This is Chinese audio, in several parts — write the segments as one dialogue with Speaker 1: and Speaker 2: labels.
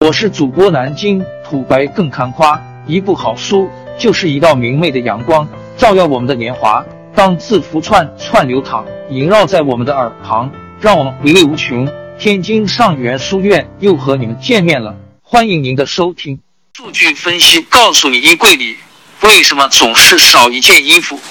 Speaker 1: 我是主播南京土白更看花，一部好书就是一道明媚的阳光，照耀我们的年华。当字符串流淌，萦绕在我们的耳旁，让我们回味无穷。天津上元书院又和你们见面了，欢迎您的收听。数据分析告诉你衣柜里为什么总是少一件衣服。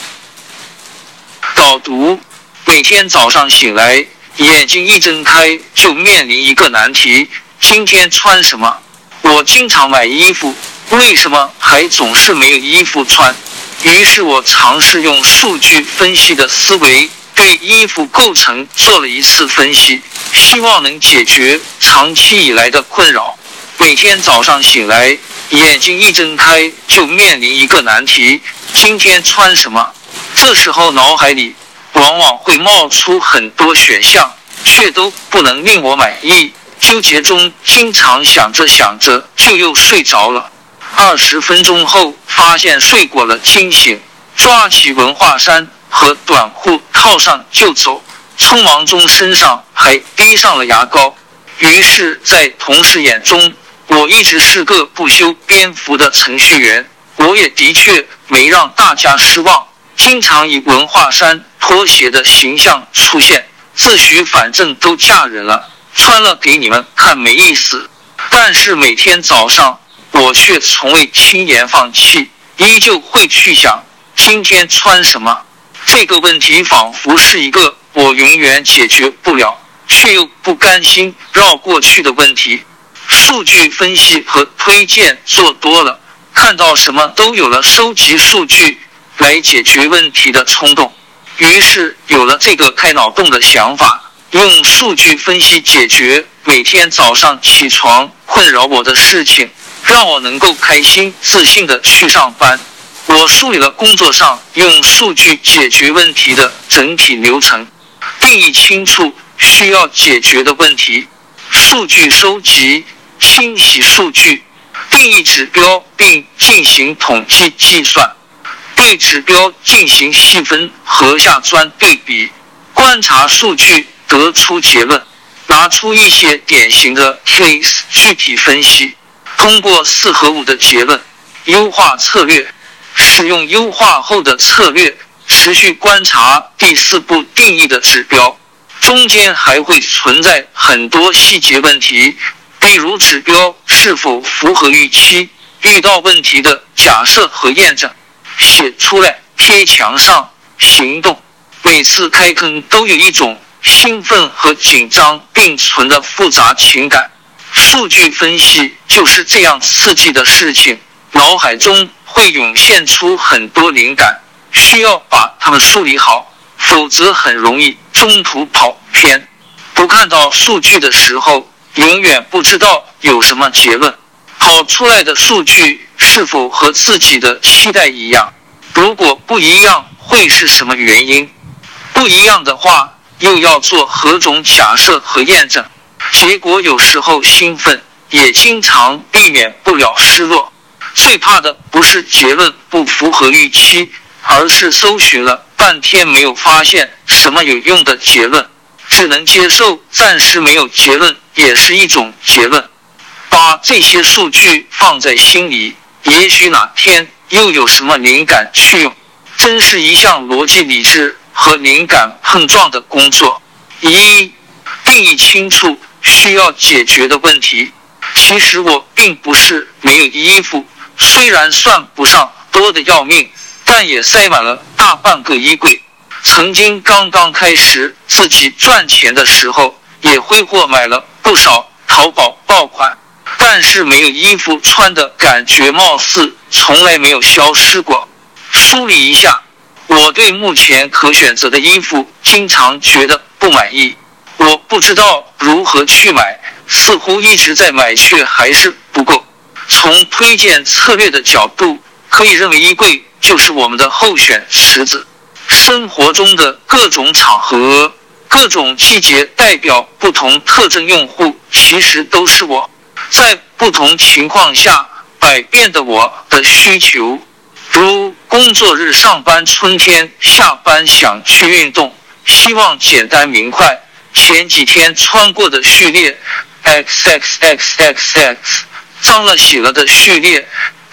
Speaker 1: 导读：每天早上醒来，眼睛一睁开就面临一个难题，今天穿什么？我经常买衣服，为什么还总是没有衣服穿？于是我尝试用数据分析的思维对衣服构成做了一次分析，希望能解决长期以来的困扰。每天早上醒来，眼睛一睁开就面临一个难题，今天穿什么？这时候脑海里往往会冒出很多选项，却都不能令我满意，纠结中经常想着就又睡着了。20分钟后发现睡过了惊醒，抓起文化衫和短裤套上就走，匆忙中身上还滴上了牙膏。于是在同事眼中，我一直是个不修边幅的程序员，我也的确没让大家失望，经常以文化衫拖鞋的形象出现，自诩反正都嫁人了，穿了给你们看没意思。但是每天早上我却从未轻言放弃，依旧会去想今天穿什么。这个问题仿佛是一个我永远解决不了却又不甘心绕过去的问题。数据分析和推荐做多了，看到什么都有了收集数据来解决问题的冲动，于是有了这个开脑洞的想法，用数据分析解决每天早上起床困扰我的事情，让我能够开心自信地去上班。我梳理了工作上用数据解决问题的整体流程，定义清楚需要解决的问题，数据收集、清洗数据，定义指标并进行统计计算，对指标进行细分和下钻对比，观察数据得出结论，拿出一些典型的 case 具体分析，通过4和5的结论，优化策略，使用优化后的策略，持续观察第4步定义的指标，中间还会存在很多细节问题，比如指标是否符合预期，遇到问题的假设和验证，写出来贴墙上，行动。每次开坑都有一种兴奋和紧张并存的复杂情感，数据分析就是这样刺激的事情，脑海中会涌现出很多灵感，需要把它们梳理好，否则很容易中途跑偏。不看到数据的时候，永远不知道有什么结论，跑出来的数据是否和自己的期待一样，如果不一样，会是什么原因？不一样的话，又要做何种假设和验证？结果有时候兴奋，也经常避免不了失落。最怕的不是结论不符合预期，而是搜寻了半天没有发现什么有用的结论，只能接受暂时没有结论也是一种结论。把这些数据放在心里，也许哪天又有什么灵感去用，真是一项逻辑理智和灵感碰撞的工作。1. 定义清楚需要解决的问题。其实我并不是没有衣服，虽然算不上多的要命，但也塞满了大半个衣柜。曾经刚刚开始自己赚钱的时候，也挥霍买了不少淘宝爆款，但是没有衣服穿的感觉貌似从来没有消失过。梳理一下，我对目前可选择的衣服经常觉得不满意，我不知道如何去买，似乎一直在买却还是不够。从推荐策略的角度，可以认为衣柜就是我们的候选池子，生活中的各种场合、各种季节代表不同特征用户，其实都是我在不同情况下百变的我的需求。如工作日上班春天，下班想去运动，希望简单明快，前几天穿过的序列 xxxxx 脏了洗了的序列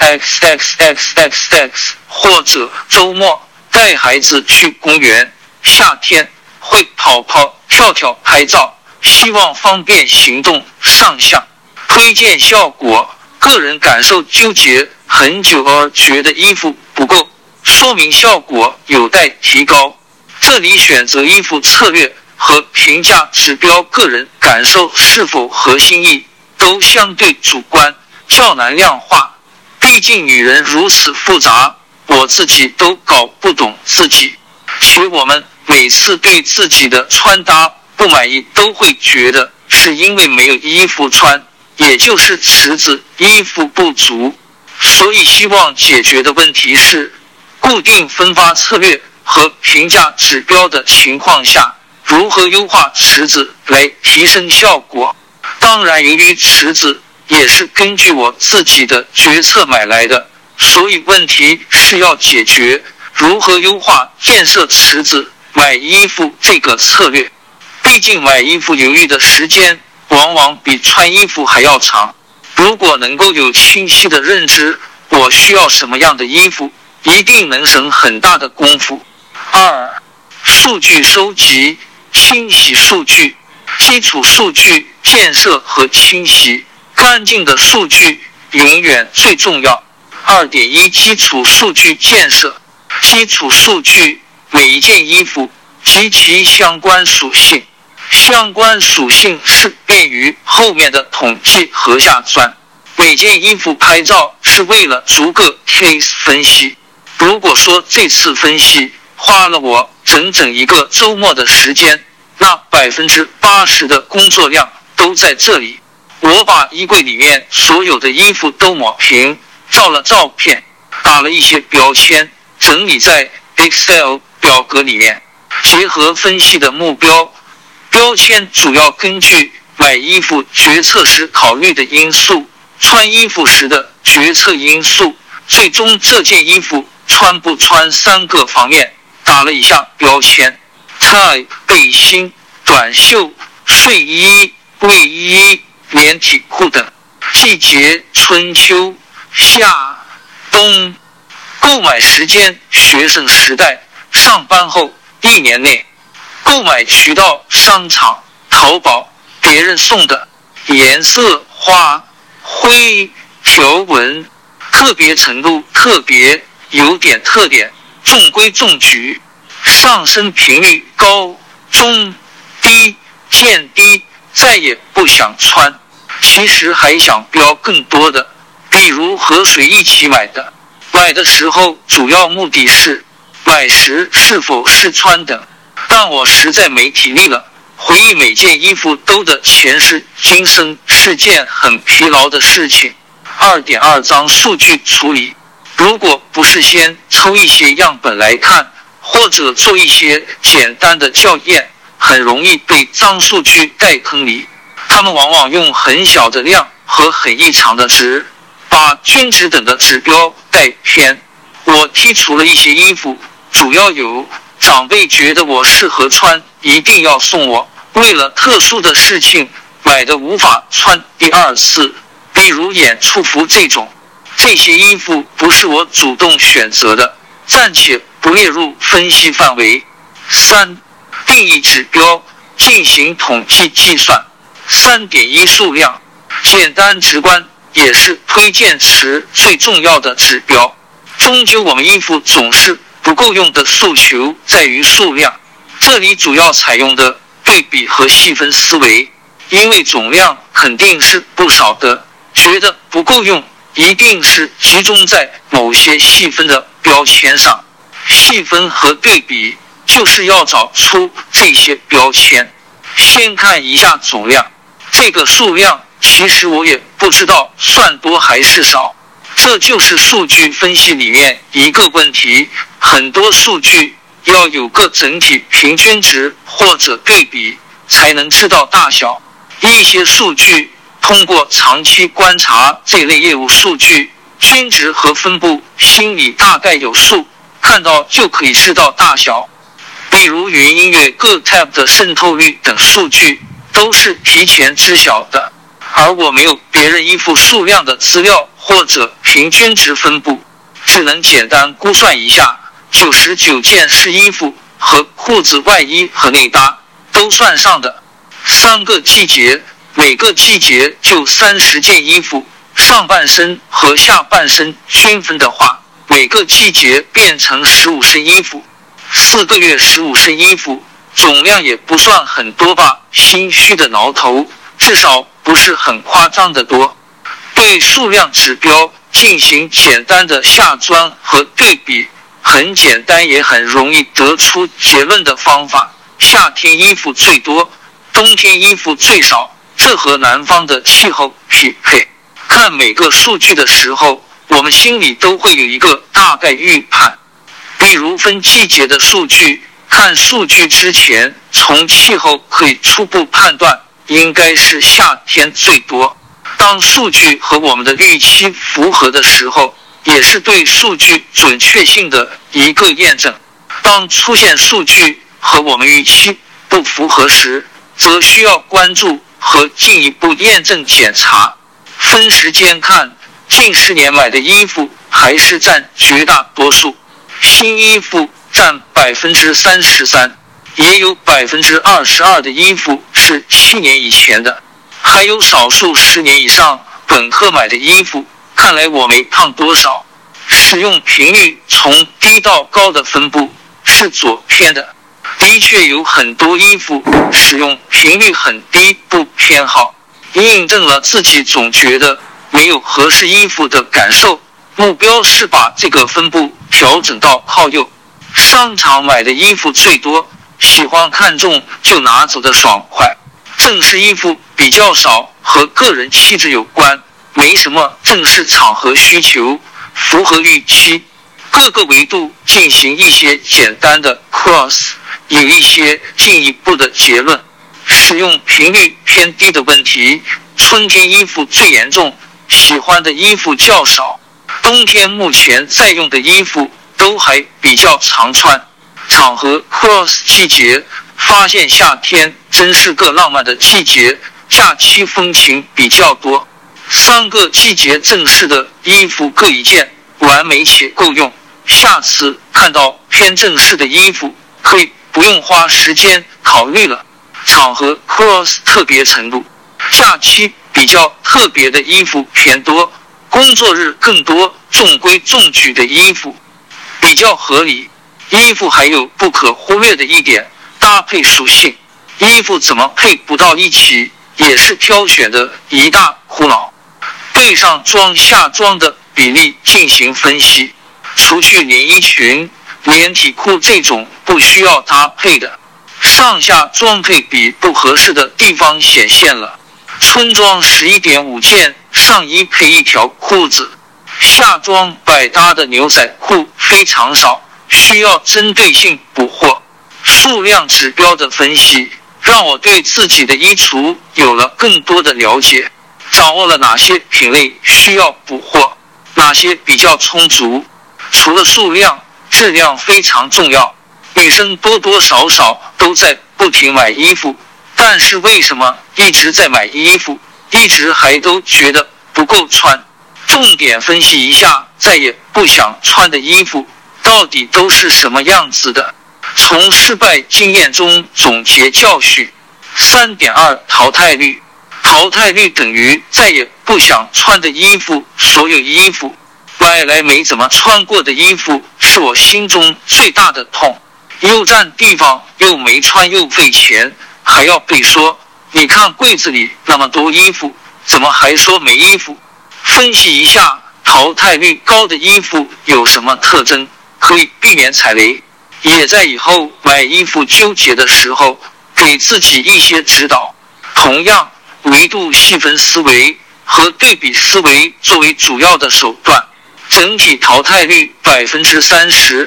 Speaker 1: xxxxx， 或者周末带孩子去公园，夏天会跑跑跳跳拍照，希望方便行动上相。推荐效果，个人感受纠结很久而觉得衣服不够，说明效果有待提高。这里选择衣服策略和评价指标，个人感受是否合心意都相对主观，较难量化。毕竟女人如此复杂，我自己都搞不懂自己。且我们每次对自己的穿搭不满意，都会觉得是因为没有衣服穿，也就是池子衣服不足。所以希望解决的问题是，固定分发策略和评价指标的情况下，如何优化池子来提升效果。当然，由于池子也是根据我自己的决策买来的，所以问题是要解决如何优化建设池子买衣服这个策略。毕竟买衣服犹豫的时间往往比穿衣服还要长。如果能够有清晰的认知，我需要什么样的衣服，一定能省很大的功夫。二、数据收集，清洗数据。基础数据建设和清洗，干净的数据永远最重要。2.1 基础数据建设。基础数据，每一件衣服及其相关属性。相关属性是便于后面的统计和下钻。每件衣服拍照是为了逐个 case 分析。如果说这次分析花了我整整一个周末的时间，那 80% 的工作量都在这里。我把衣柜里面所有的衣服都抹平，照了照片，打了一些标签，整理在 Excel 表格里面。结合分析的目标，标签主要根据买衣服决策时考虑的因素，穿衣服时的决策因素，最终这件衣服穿不穿3个方面打了以下标签： tie 背心、短袖、睡衣、卫衣、连体裤等。季节春秋、夏冬。购买时间学生时代，上班后1年内。购买渠道商场、淘宝，别人送的。颜色花、灰、条纹。特别程度特别，有点特点，中规中矩。上身频率高、中、低，见低再也不想穿。其实还想标更多的，比如和谁一起买的。买的时候主要目的是买时是否试穿等，但我实在没体力了。回忆每件衣服都的前世今生是件很疲劳的事情。2.2 脏数据处理。如果不是先抽一些样本来看，或者做一些简单的校验，很容易被脏数据带坑里。他们往往用很小的量和很异常的值，把均值等的指标带偏。我剔除了一些衣服，主要有长辈觉得我适合穿，一定要送我，为了特殊的事情买的无法穿第2次，比如演出服这种。这些衣服不是我主动选择的，暂且不列入分析范围。3. 定义指标，进行统计计算。3.1 数量，简单直观，也是推荐池最重要的指标。终究我们衣服总是不够用的诉求在于数量，这里主要采用的对比和细分思维，因为总量肯定是不少的，觉得不够用一定是集中在某些细分的标签上。细分和对比就是要找出这些标签。先看一下总量，这个数量其实我也不知道算多还是少，这就是数据分析里面一个问题。很多数据要有个整体平均值或者对比才能知道大小。一些数据通过长期观察这类业务数据，均值和分布心里大概有数，看到就可以知道大小。比如云音乐各 tab 的渗透率等数据都是提前知晓的。 而我没有别人衣服数量的资料或者平均值分布，只能简单估算一下，99件是衣服和裤子、外衣和内搭都算上的。3个季节，每个季节就30件衣服，上半身和下半身均分的话，每个季节变成15身衣服，4个月15身衣服，总量也不算很多吧？心虚的挠头，至少不是很夸张的多。对数量指标进行简单的下钻和对比，很简单也很容易得出结论的方法。夏天衣服最多，冬天衣服最少，这和南方的气候匹配。看每个数据的时候，我们心里都会有一个大概预判。比如分季节的数据，看数据之前，从气候可以初步判断应该是夏天最多。当数据和我们的预期符合的时候，也是对数据准确性的一个验证。当出现数据和我们预期不符合时，则需要关注和进一步验证检查。分时间看，近10年买的衣服还是占绝大多数，新衣服占33%，也有22%的衣服是7年以前的，还有少数10年以上本科买的衣服。看来我没胖多少。使用频率从低到高的分布是左偏的，的确有很多衣服使用频率很低，不偏好，印证了自己总觉得没有合适衣服的感受。目标是把这个分布调整到靠右。商场买的衣服最多，喜欢看中就拿走的爽快。正式衣服比较少，和个人气质有关，没什么正式场合需求，符合预期。各个维度进行一些简单的 cross， 有一些进一步的结论。使用频率偏低的问题，春天衣服最严重，喜欢的衣服较少。冬天目前在用的衣服都还比较常穿。场合 cross 季节，发现夏天真是个浪漫的季节，假期风情比较多。3个季节正式的衣服各一件，完美且够用。下次看到偏正式的衣服，可以不用花时间考虑了。场合 cross 特别程度，假期比较特别的衣服偏多，工作日更多中规中矩的衣服，比较合理。衣服还有不可忽略的一点，搭配属性。衣服怎么配不到一起，也是挑选的一大苦恼。对上装下装的比例进行分析，除去连衣裙、连体裤这种不需要搭配的，上下装配比不合适的地方显现了。春装 11.5 件上衣配一条裤子，夏装百搭的牛仔裤非常少，需要针对性补货。数量指标的分析让我对自己的衣橱有了更多的了解，掌握了哪些品类需要补货，哪些比较充足。除了数量，质量非常重要。女生多多少少都在不停买衣服，但是为什么一直在买衣服，一直还都觉得不够穿？重点分析一下再也不想穿的衣服到底都是什么样子的，从失败经验中总结教训。3.2 淘汰率，淘汰率等于再也不想穿的衣服。所有衣服买来没怎么穿过的衣服是我心中最大的痛，又占地方，又没穿，又费钱，还要被说你看柜子里那么多衣服，怎么还说没衣服？分析一下淘汰率高的衣服有什么特征，可以避免踩雷，也在以后买衣服纠结的时候给自己一些指导。同样，维度细分思维和对比思维作为主要的手段，整体淘汰率 30%，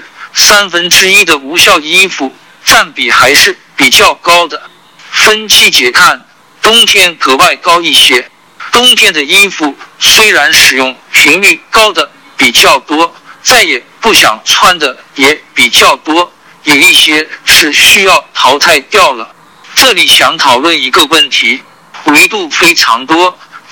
Speaker 1: 1/3的无效衣服占比还是比较高的。分季节看，冬天格外高一些。冬天的衣服虽然使用频率高的比较多，再也不想穿的也比较多，有一些是需要淘汰掉了。这里想讨论一个问题，维度非常多，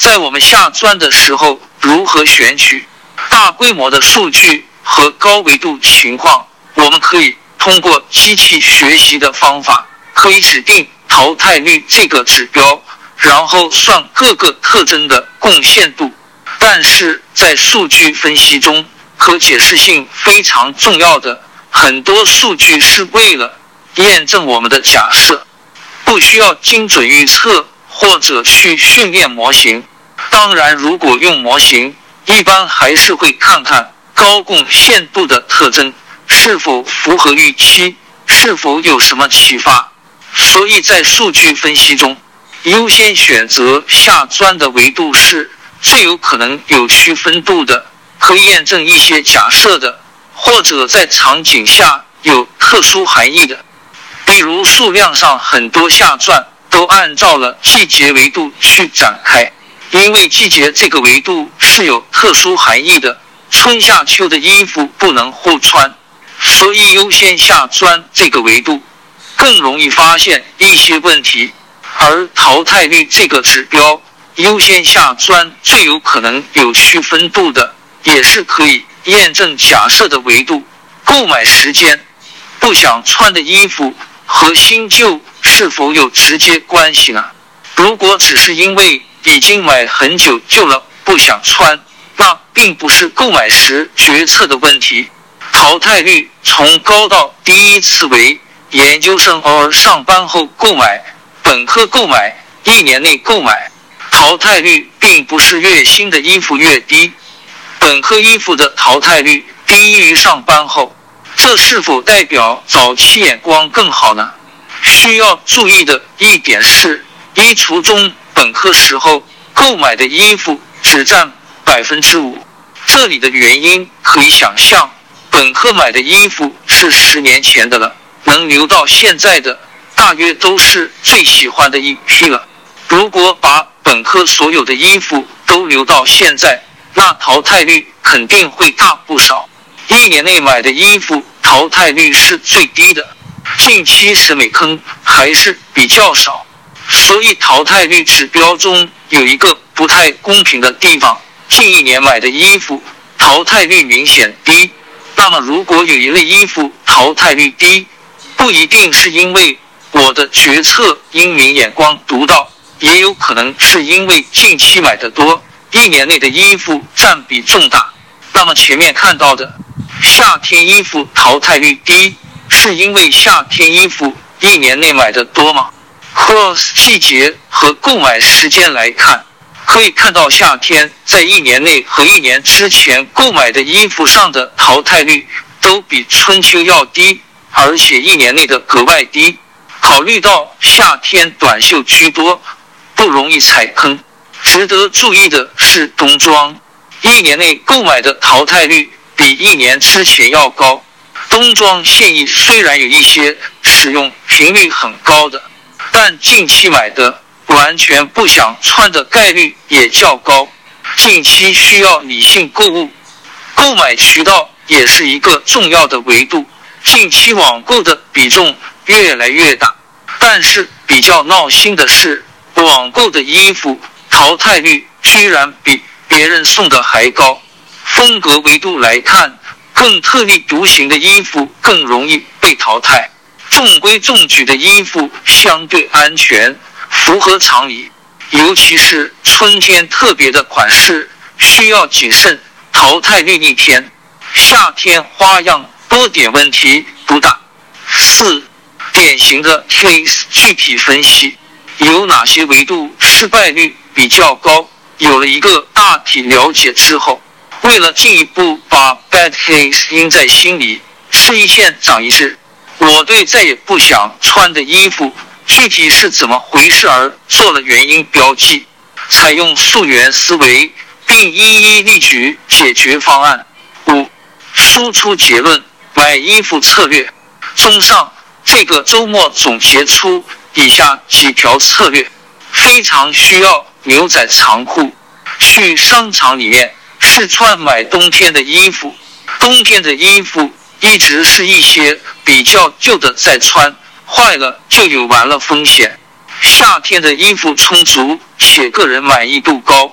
Speaker 1: 在我们下钻的时候，如何选取大规模的数据和高维度情况？我们可以通过机器学习的方法，可以指定淘汰率这个指标，然后算各个特征的贡献度。但是在数据分析中，可解释性非常重要的很多数据是为了验证我们的假设，不需要精准预测或者去训练模型。当然，如果用模型，一般还是会看看高贡献度的特征是否符合预期，是否有什么启发。所以在数据分析中，优先选择下钻的维度是最有可能有区分度的，可以验证一些假设的，或者在场景下有特殊含义的。比如数量上很多下钻都按照了季节维度去展开，因为季节这个维度是有特殊含义的，春夏秋的衣服不能互穿，所以优先下钻这个维度更容易发现一些问题。而淘汰率这个指标，优先下钻最有可能有区分度的，也是可以验证假设的维度。购买时间，不想穿的衣服和新旧是否有直接关系呢？如果只是因为已经买很久旧了不想穿，那并不是购买时决策的问题。淘汰率从高到低依次为研究生偶尔上班后购买、本科购买、1年内购买。淘汰率并不是越新的衣服越低，本科衣服的淘汰率低于上班后，这是否代表早期眼光更好呢？需要注意的一点是，衣橱中本科时候购买的衣服只占 5%， 这里的原因可以想象，本科买的衣服是10年前的了，能留到现在的大约都是最喜欢的一批了。如果把本科所有的衣服都留到现在，那淘汰率肯定会大不少。1年内买的衣服淘汰率是最低的，近期审美坑还是比较少，所以淘汰率指标中有一个不太公平的地方，近1年买的衣服淘汰率明显低。那么如果有一类衣服淘汰率低，不一定是因为我的决策英明眼光独到，也有可能是因为近期买的多，1年内的衣服占比重大。那么前面看到的夏天衣服淘汰率低，是因为夏天衣服1年内买的多吗？ Cross 季节和购买时间来看，可以看到夏天在1年内和1年之前购买的衣服上的淘汰率都比春秋要低，而且1年内的格外低。考虑到夏天短袖居多，不容易踩坑。值得注意的是冬装，1年内购买的淘汰率比1年之前要高。冬装现役虽然有一些使用频率很高的，但近期买的完全不想穿的概率也较高。近期需要理性购物，购买渠道也是一个重要的维度。近期网购的比重越来越大，但是比较闹心的是，网购的衣服淘汰率居然比别人送的还高。风格维度来看，更特立独行的衣服更容易被淘汰，中规中矩的衣服相对安全，符合常理。尤其是春天特别的款式需要谨慎，淘汰率逆天。夏天花样多点问题不大。4. 典型的 case 具体分析，有哪些维度失败率比较高？有了一个大体了解之后，为了进一步把 bad case 印在心里，吃一堑长一智。我对再也不想穿的衣服具体是怎么回事而做了原因标记，采用溯源思维，并一一列举解决方案。5. 输出结论，买衣服策略。综上，这个周末总结出以下几条策略：非常需要牛仔长裤，去商场里面试穿买冬天的衣服。冬天的衣服一直是一些比较旧的在穿，坏了就有完了风险。夏天的衣服充足且个人满意度高，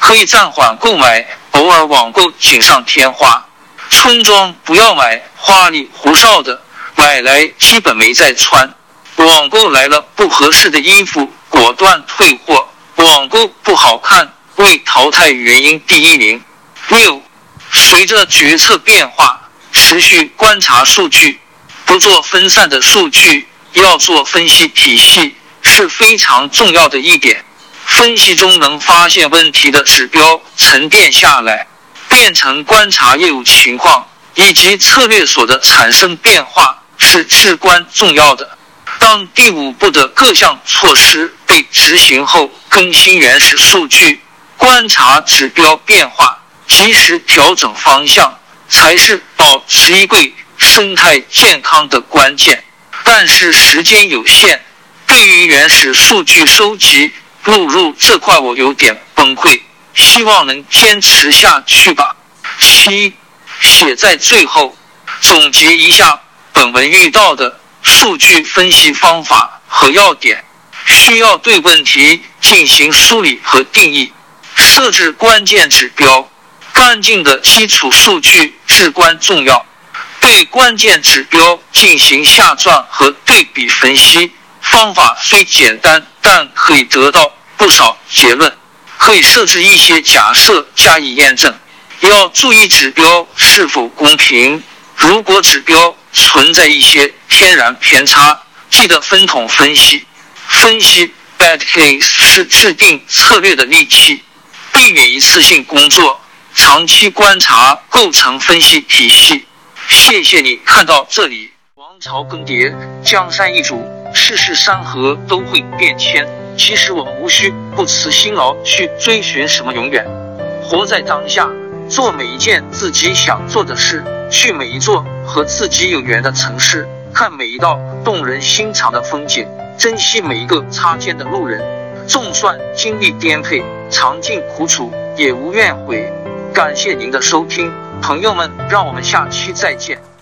Speaker 1: 可以暂缓购买，偶尔网购锦上添花。春装不要买花里胡哨的，买来基本没再穿。网购来了不合适的衣服，果断退货。网购不好看为淘汰原因第一名。6. 随着决策变化，持续观察数据，不做分散的数据，要做分析体系是非常重要的一点。分析中能发现问题的指标沉淀下来，变成观察业务情况以及策略所的产生变化是至关重要的。当第5步的各项措施被执行后，更新原始数据，观察指标变化，及时调整方向，才是保持衣柜生态健康的关键。但是时间有限，对于原始数据收集录入这块我有点崩溃，希望能坚持下去吧。7. 写在最后，总结一下本文遇到的数据分析方法和要点，需要对问题进行梳理和定义，设置关键指标。干净的基础数据至关重要，对关键指标进行下转和对比分析，方法虽简单，但可以得到不少结论。可以设置一些假设加以验证，要注意指标是否公平，如果指标存在一些天然偏差，记得分桶分析。分析 bad case 是制定策略的利器，避免一次性工作，长期观察构成分析体系。谢谢你看到这里。王朝更迭，江山易主，世事山河都会变迁。其实我们无需不辞辛劳去追寻什么永远，活在当下，做每一件自己想做的事，去每一座和自己有缘的城市，看每一道动人心肠的风景，珍惜每一个擦肩的路人。纵算经历颠沛，尝尽苦楚，也无怨悔。感谢您的收听，朋友们，让我们下期再见。